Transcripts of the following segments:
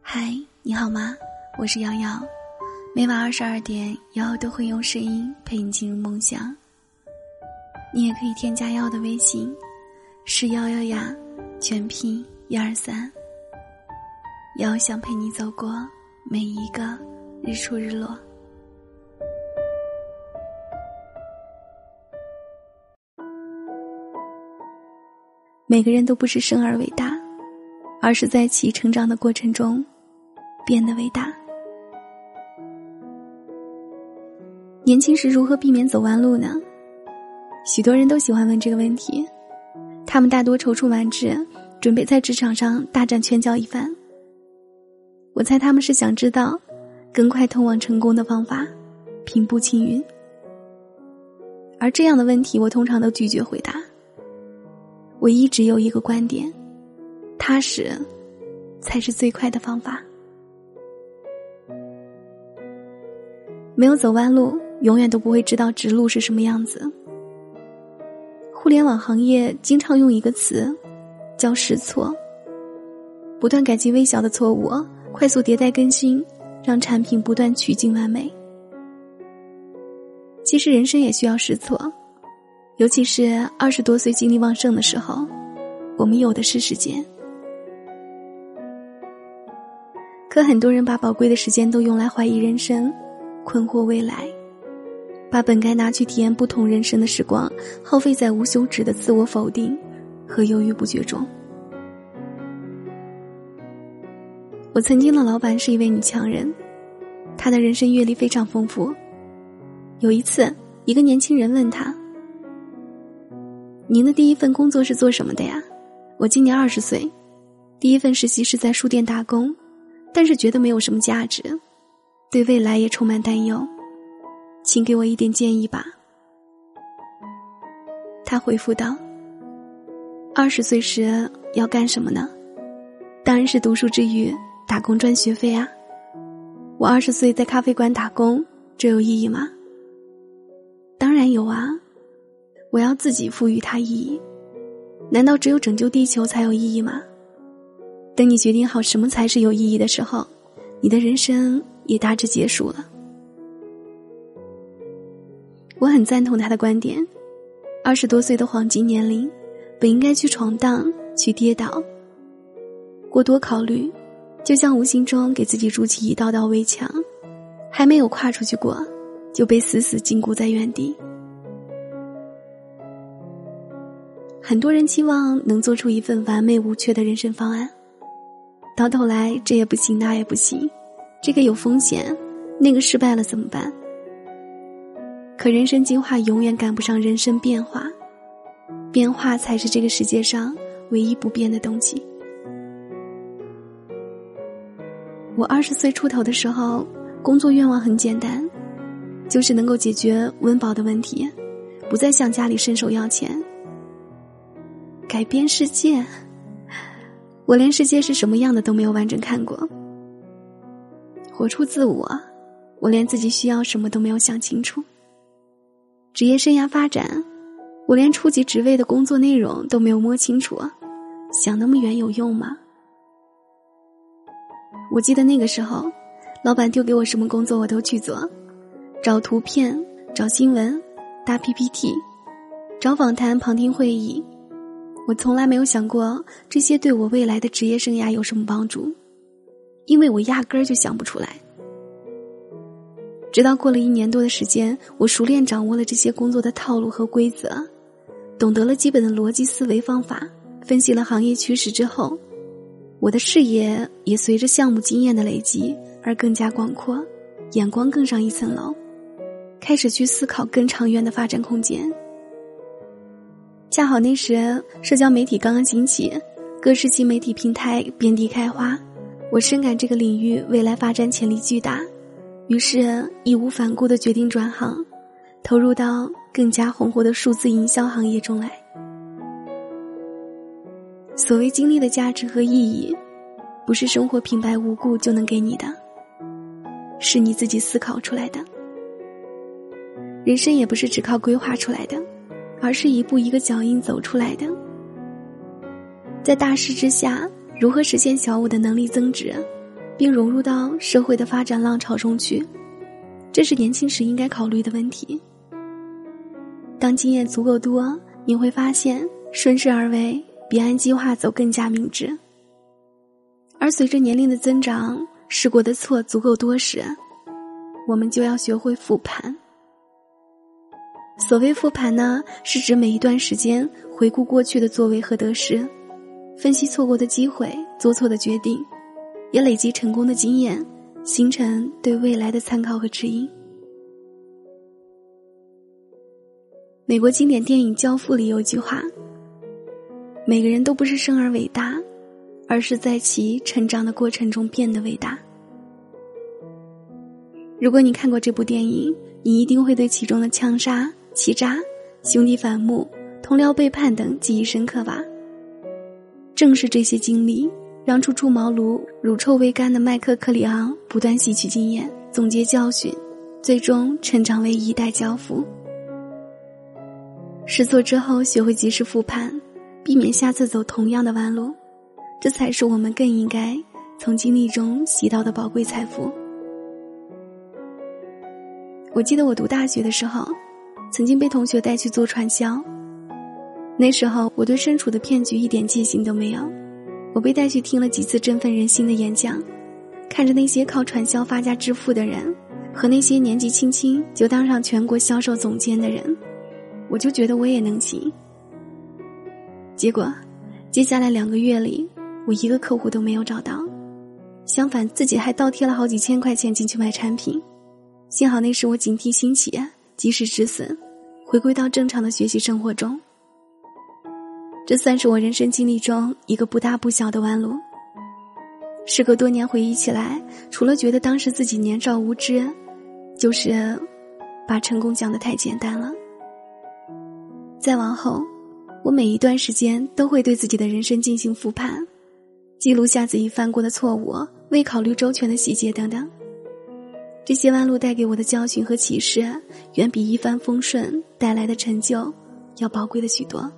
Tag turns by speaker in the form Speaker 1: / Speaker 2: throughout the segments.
Speaker 1: 嗨，你好吗？我是瑶瑶，每晚22点，瑶瑶都会用声音陪你进入梦想。你也可以添加瑶瑶的微信，是瑶瑶呀，全拼123。瑶瑶想陪你走过每一个日出日落。每个人都不是生而伟大，而是在其成长的过程中变得伟大。年轻时如何避免走弯路呢？许多人都喜欢问这个问题，他们大多踌躇满志，准备在职场上大展拳脚一番。我猜他们是想知道更快通往成功的方法，平步青云。而这样的问题我通常都拒绝回答。我一直有一个观点，踏实才是最快的方法。没有走弯路，永远都不会知道直路是什么样子。互联网行业经常用一个词叫试错，不断改进微小的错误，快速迭代更新，让产品不断趋近完美。其实人生也需要试错，尤其是20多岁精力旺盛的时候，我们有的是时间。可很多人把宝贵的时间都用来怀疑人生，困惑未来，把本该拿去体验不同人生的时光耗费在无休止的自我否定和犹豫不决中。我曾经的老板是一位女强人，她的人生阅历非常丰富。有一次，一个年轻人问她，您的第一份工作是做什么的呀？我今年20岁，第一份实习是在书店打工，但是觉得没有什么价值，对未来也充满担忧，请给我一点建议吧。他回复道，20岁时要干什么呢？当然是读书之余打工赚学费啊。我20岁在咖啡馆打工，这有意义吗？当然有啊，我要自己赋予它意义。难道只有拯救地球才有意义吗？等你决定好什么才是有意义的时候，你的人生也大致结束了。我很赞同他的观点，20多岁的黄金年龄，本应该去闯荡，去跌倒。过多考虑，就像无形中给自己筑起一道道围墙，还没有跨出去过，就被死死禁锢在原地。很多人期望能做出一份完美无缺的人生方案，到头来这也不行那也不行，这个有风险，那个失败了怎么办？可人生进化永远赶不上人生变化，变化才是这个世界上唯一不变的东西。我20岁出头的时候，工作愿望很简单，就是能够解决温饱的问题，不再向家里伸手要钱。改变世界，我连世界是什么样的都没有完整看过。活出自我，我连自己需要什么都没有想清楚。职业生涯发展，我连初级职位的工作内容都没有摸清楚，想那么远有用吗？我记得那个时候，老板丢给我什么工作我都去做，找图片，找新闻，搭 PPT， 找访谈，旁听会议。我从来没有想过这些对我未来的职业生涯有什么帮助，因为我压根儿就想不出来。直到过了1年多的时间，我熟练掌握了这些工作的套路和规则，懂得了基本的逻辑思维方法，分析了行业趋势之后，我的视野也随着项目经验的累积而更加广阔，眼光更上一层楼，开始去思考更长远的发展空间。恰好那时社交媒体刚刚兴起，各式新媒体平台遍地开花，我深感这个领域未来发展潜力巨大，于是义无反顾地决定转行，投入到更加红火的数字营销行业中来。所谓经历的价值和意义，不是生活平白无故就能给你的，是你自己思考出来的。人生也不是只靠规划出来的，而是一步一个脚印走出来的。在大势之下，如何实现小我的能力增值， 并融入到社会的发展浪潮中去，这是年轻时应该考虑的问题。当经验足够多，你会发现顺势而为比按计划走更加明智。而随着年龄的增长，试过的错足够多时，我们就要学会复盘。所谓复盘呢，是指每一段时间回顾过去的作为和得失，分析错过的机会，做错的决定，也累积成功的经验，形成对未来的参考和指引。美国经典电影《教父》里有一句话：每个人都不是生而伟大，而是在其成长的过程中变得伟大。如果你看过这部电影，你一定会对其中的枪杀、欺诈、兄弟反目、同僚背叛等记忆深刻吧。正是这些经历，让初出茅庐、乳臭未干的麦克克里昂不断吸取经验，总结教训，最终成长为一代教父。试错之后学会及时复盘，避免下次走同样的弯路，这才是我们更应该从经历中习到的宝贵财富。我记得我读大学的时候，曾经被同学带去做传销。那时候我对身处的骗局一点戒心都没有，我被带去听了几次振奋人心的演讲，看着那些靠传销发家致富的人，和那些年纪轻轻就当上全国销售总监的人，我就觉得我也能行。结果接下来2个月里，我一个客户都没有找到，相反自己还倒贴了好几千块钱进去买产品。幸好那时我警惕兴起，及时止损，回归到正常的学习生活中。这算是我人生经历中一个不大不小的弯路。时隔多年回忆起来，除了觉得当时自己年少无知，就是把成功讲得太简单了。再往后，我每一段时间都会对自己的人生进行复盘，记录下自己犯过的错误，未考虑周全的细节等等。这些弯路带给我的教训和启示，远比一帆风顺带来的成就要宝贵的许多。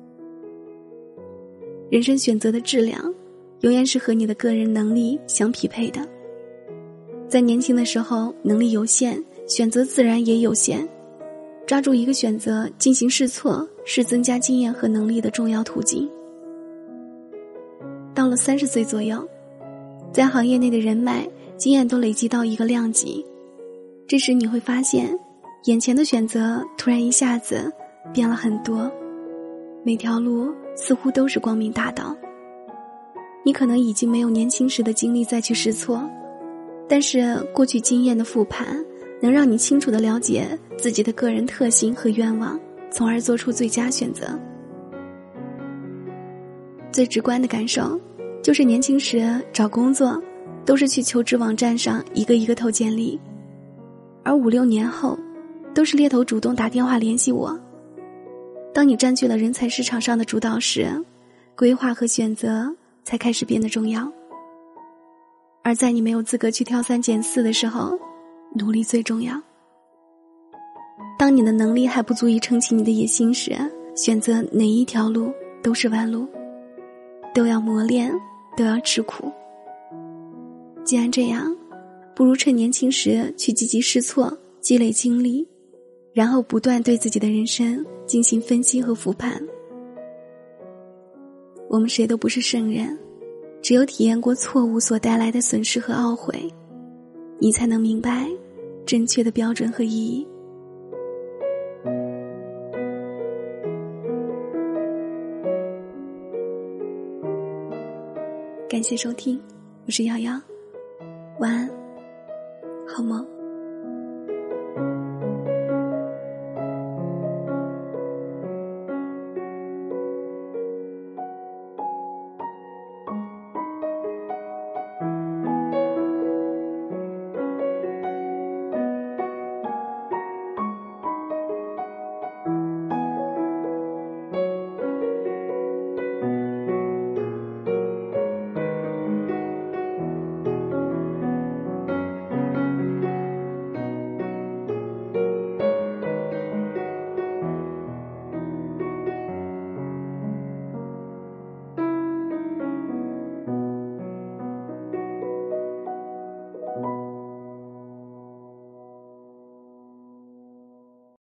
Speaker 1: 人生选择的质量，永远是和你的个人能力相匹配的。在年轻的时候，能力有限，选择自然也有限。抓住一个选择进行试错，是增加经验和能力的重要途径。到了30岁左右，在行业内的人脉经验都累积到一个量级，这时你会发现眼前的选择突然一下子变了很多，每条路似乎都是光明大道。你可能已经没有年轻时的精力再去试错，但是过去经验的复盘能让你清楚地了解自己的个人特性和愿望，从而做出最佳选择。最直观的感受就是年轻时找工作都是去求职网站上一个一个投简历，而5、6年后都是猎头主动打电话联系我。当你占据了人才市场上的主导时，规划和选择才开始变得重要。而在你没有资格去挑3拣4的时候，努力最重要。当你的能力还不足以撑起你的野心时，选择哪一条路都是弯路，都要磨练，都要吃苦。既然这样，不如趁年轻时去积极试错，积累经历，然后不断对自己的人生进行分析和复盘。我们谁都不是圣人，只有体验过错误所带来的损失和懊悔，你才能明白正确的标准和意义。感谢收听，我是瑶瑶，晚安，好梦。